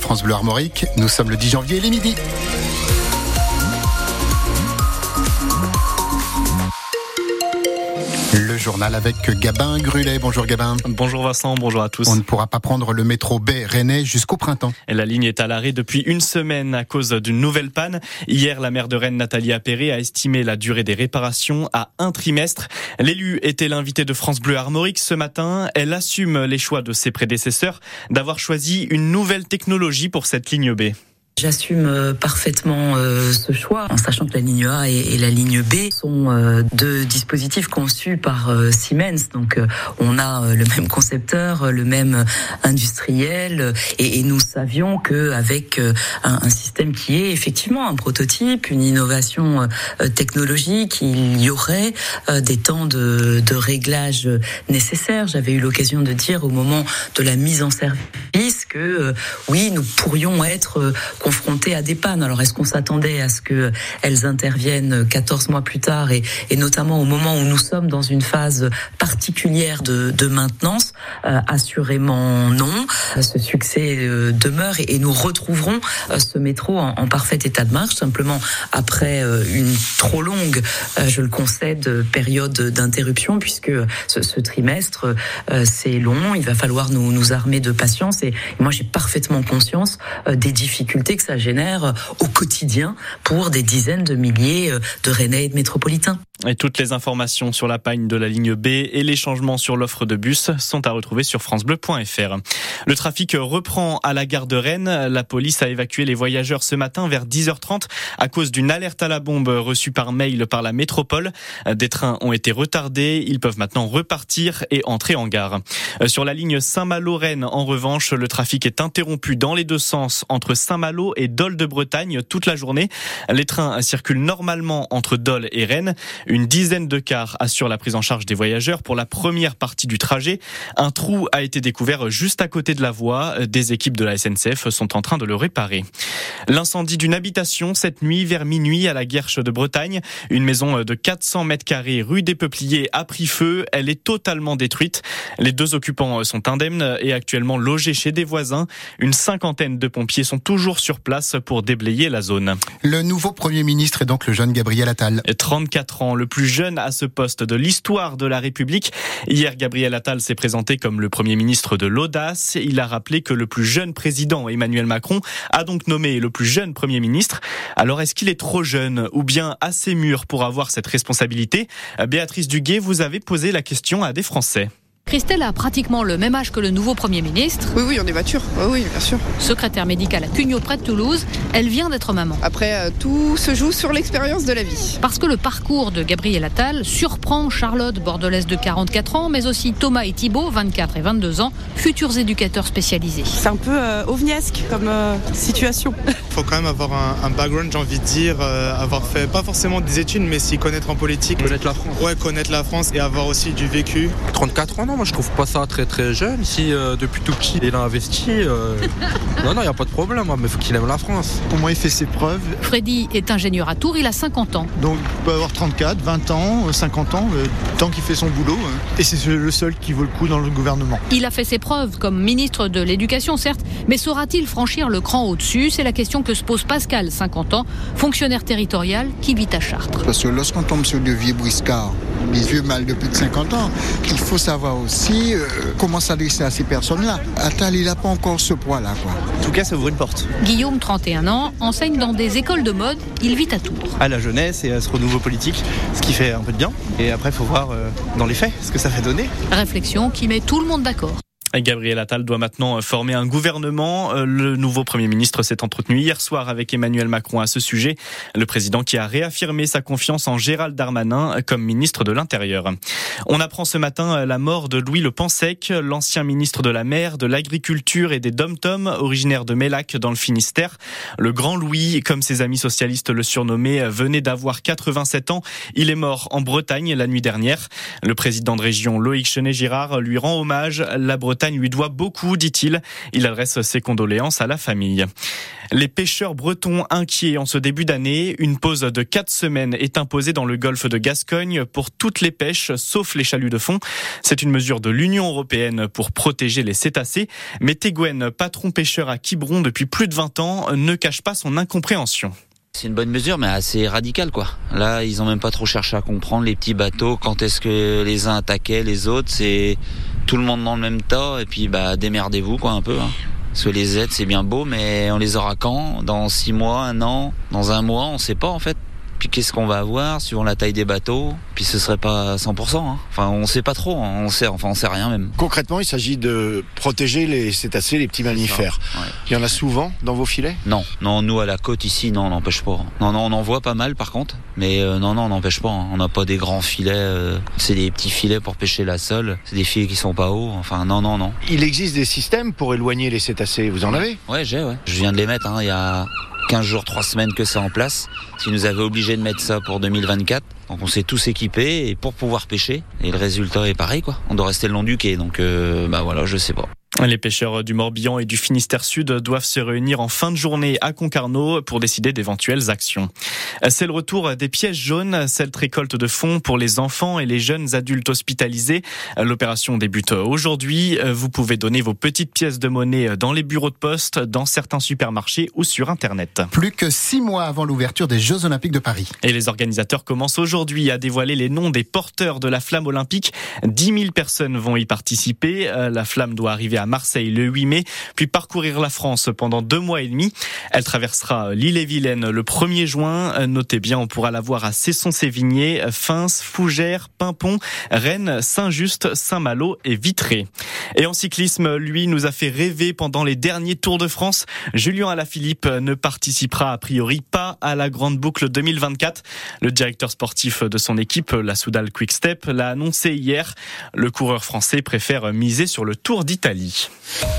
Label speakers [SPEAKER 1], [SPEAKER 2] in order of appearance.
[SPEAKER 1] France Bleu Armorique. Nous sommes le 10 janvier, il est midi. Le journal avec Gabin Grulet. Bonjour Gabin.
[SPEAKER 2] Bonjour Vincent, bonjour à tous.
[SPEAKER 1] On ne pourra pas prendre le métro B rennais jusqu'au printemps.
[SPEAKER 2] La ligne est à l'arrêt depuis une semaine à cause d'une nouvelle panne. Hier, la maire de Rennes, Nathalie Appéré, a estimé la durée des réparations à 1 trimestre. L'élu était l'invité de France Bleu Armorique ce matin. Elle assume les choix de ses prédécesseurs d'avoir choisi une nouvelle technologie pour cette ligne B.
[SPEAKER 3] J'assume parfaitement ce choix, en sachant que la ligne A et la ligne B sont deux dispositifs conçus par Siemens. Donc on a le même concepteur, le même industriel, et nous savions qu'avec un système qui est effectivement un prototype, une innovation technologique, il y aurait des temps de réglage nécessaires. J'avais eu l'occasion de dire au moment de la mise en service que oui, nous pourrions être confrontés à des pannes. Alors, est-ce qu'on s'attendait à ce qu'elles interviennent 14 mois plus tard et notamment au moment où nous sommes dans une phase particulière de maintenance? Assurément non. Ce succès demeure et nous retrouverons ce métro en parfait état de marche, simplement après une trop longue, je le concède, période d'interruption, puisque ce trimestre, c'est long. Il va falloir nous armer de patience et moi, j'ai parfaitement conscience des difficultés que ça génère au quotidien pour des dizaines de milliers de Rennais et de métropolitains.
[SPEAKER 2] Et toutes les informations sur la panne de la ligne B et les changements sur l'offre de bus sont à retrouver sur francebleu.fr. Le trafic reprend à la gare de Rennes. La police a évacué les voyageurs ce matin vers 10h30 à cause d'une alerte à la bombe reçue par mail par la métropole. Des trains ont été retardés. Ils peuvent maintenant repartir et entrer en gare. Sur la ligne Saint-Malo-Rennes, en revanche, le trafic est interrompu dans les deux sens entre Saint-Malo et Dole de Bretagne toute la journée. Les trains circulent normalement entre Dole et Rennes. Une dizaine de cars assurent la prise en charge des voyageurs pour la première partie du trajet. Un trou a été découvert juste à côté de la voie. Des équipes de la SNCF sont en train de le réparer. L'incendie d'une habitation cette nuit vers minuit à la Guerche de Bretagne. Une maison de 400 mètres carrés rue des Peupliers a pris feu. Elle est totalement détruite. Les deux occupants sont indemnes et actuellement logés chez des voisins. Une cinquantaine de pompiers sont toujours sur place pour déblayer la zone.
[SPEAKER 1] Le nouveau Premier ministre est donc le jeune Gabriel Attal.
[SPEAKER 2] 34 ans, le plus jeune à ce poste de l'histoire de la République. Hier, Gabriel Attal s'est présenté comme le Premier ministre de l'audace. Il a rappelé que le plus jeune président, Emmanuel Macron, a donc nommé le plus jeune Premier ministre. Alors, est-ce qu'il est trop jeune ou bien assez mûr pour avoir cette responsabilité? Béatrice Duguay, vous avez posé la question à des Français.
[SPEAKER 4] Christelle a pratiquement le même âge que le nouveau Premier ministre.
[SPEAKER 5] Oui, on est mature. Oui, bien sûr.
[SPEAKER 4] Secrétaire médicale à Cugnot près de Toulouse, elle vient d'être maman.
[SPEAKER 5] Après, tout se joue sur l'expérience de la vie.
[SPEAKER 4] Parce que le parcours de Gabriel Attal surprend Charlotte, bordelaise de 44 ans, mais aussi Thomas et Thibault, 24 et 22 ans, futurs éducateurs spécialisés.
[SPEAKER 6] C'est un peu ovniesque comme situation.
[SPEAKER 7] Il faut quand même avoir un background, j'ai envie de dire, avoir fait pas forcément des études, mais s'y connaître en politique.
[SPEAKER 8] Connaître la France.
[SPEAKER 7] Ouais, connaître la France et avoir aussi du vécu.
[SPEAKER 8] 34 ans, non, moi je trouve pas ça très très jeune. Si depuis tout petit il a investi, non, il n'y a pas de problème, mais il faut qu'il aime la France.
[SPEAKER 9] Pour moi, il fait ses preuves.
[SPEAKER 4] Freddy est ingénieur à Tours, il a 50 ans.
[SPEAKER 9] Donc il peut avoir 34, 20 ans, 50 ans, tant qu'il fait son boulot. Et c'est le seul qui vaut le coup dans le gouvernement.
[SPEAKER 4] Il a fait ses preuves comme ministre de l'Éducation, certes, mais saura-t-il franchir le cran au-dessus? C'est la question que se pose Pascal, 50 ans, fonctionnaire territorial qui vit à Chartres.
[SPEAKER 10] Parce que lorsqu'on tombe sur de vieux briscards, des vieux mâles de plus de 50 ans, il faut savoir aussi comment s'adresser à ces personnes-là. Attal, il n'a pas encore ce poids-là, quoi.
[SPEAKER 11] En tout cas, ça ouvre une porte.
[SPEAKER 4] Guillaume, 31 ans, enseigne dans des écoles de mode. Il vit à Tours.
[SPEAKER 11] À la jeunesse et à ce renouveau politique, ce qui fait un peu de bien. Et après, il faut voir dans les faits ce que ça fait donner.
[SPEAKER 4] Réflexion qui met tout le monde d'accord.
[SPEAKER 2] Gabriel Attal doit maintenant former un gouvernement. Le nouveau Premier ministre s'est entretenu hier soir avec Emmanuel Macron à ce sujet. Le président qui a réaffirmé sa confiance en Gérald Darmanin comme ministre de l'Intérieur. On apprend ce matin la mort de Louis Le Pensec, l'ancien ministre de la Mer, de l'Agriculture et des Dom-Tom, originaire de Mélac dans le Finistère. Le grand Louis, comme ses amis socialistes le surnommaient, venait d'avoir 87 ans. Il est mort en Bretagne la nuit dernière. Le président de région Loïc Chenet-Girard lui rend hommage. La Bretagne Bretagne lui doit beaucoup, dit-il. Il adresse ses condoléances à la famille. Les pêcheurs bretons inquiets en ce début d'année. Une pause de 4 semaines est imposée dans le golfe de Gascogne pour toutes les pêches, sauf les chaluts de fond. C'est une mesure de l'Union européenne pour protéger les cétacés. Mais Teguen, patron pêcheur à Quiberon depuis plus de 20 ans, ne cache pas son incompréhension.
[SPEAKER 12] C'est une bonne mesure, mais assez radicale, quoi. Là, ils ont même pas trop cherché à comprendre les petits bateaux. Quand est-ce que les uns attaquaient les autres, c'est tout le monde dans le même tas. Et puis, démerdez-vous, quoi, un peu. Parce que les aides, c'est bien beau, mais on les aura quand ? Dans 6 mois, 1 an, dans 1 mois, on sait pas, en fait. Puis qu'est-ce qu'on va avoir suivant la taille des bateaux ? Puis ce serait pas 100%. Enfin, on sait pas trop. On sait rien même.
[SPEAKER 13] Concrètement, il s'agit de protéger les cétacés, les petits mammifères. Ouais. Il y en a souvent dans vos filets ?
[SPEAKER 12] Non, nous à la côte ici, non, on n'empêche pas. Non, on en voit pas mal par contre. Mais non, on n'empêche pas. On n'a pas des grands filets. C'est des petits filets pour pêcher la sole. C'est des filets qui sont pas hauts. Enfin, non.
[SPEAKER 13] Il existe des systèmes pour éloigner les cétacés. Vous en avez ?
[SPEAKER 12] Ouais, j'ai. Je viens de les mettre. Il y a 15 jours, 3 semaines que c'est en place. Ils nous avaient obligé de mettre ça pour 2024. Donc on s'est tous équipés et pour pouvoir pêcher. Et le résultat est pareil, quoi. On doit rester le long du quai. Donc voilà, je sais pas.
[SPEAKER 2] Les pêcheurs du Morbihan et du Finistère Sud doivent se réunir en fin de journée à Concarneau pour décider d'éventuelles actions. C'est le retour des pièces jaunes, cette récolte de fonds pour les enfants et les jeunes adultes hospitalisés. L'opération débute aujourd'hui. Vous pouvez donner vos petites pièces de monnaie dans les bureaux de poste, dans certains supermarchés ou sur Internet.
[SPEAKER 1] Plus que 6 mois avant l'ouverture des Jeux Olympiques de Paris.
[SPEAKER 2] Et les organisateurs commencent aujourd'hui à dévoiler les noms des porteurs de la flamme olympique. 10 000 personnes vont y participer. La flamme doit arriver à Marseille le 8 mai, puis parcourir la France pendant 2 mois et demi. Elle traversera l'Ille-et-Vilaine le 1er juin. Notez bien, on pourra la voir à Cesson-Sévigné, Fins, Fougères, Pimpon, Rennes, Saint-Just, Saint-Malo et Vitré. Et en cyclisme, lui, nous a fait rêver pendant les derniers Tours de France. Julien Alaphilippe ne participera a priori pas à la Grande Boucle 2024. Le directeur sportif de son équipe, la Soudal Quick-Step, l'a annoncé hier. Le coureur français préfère miser sur le Tour d'Italie.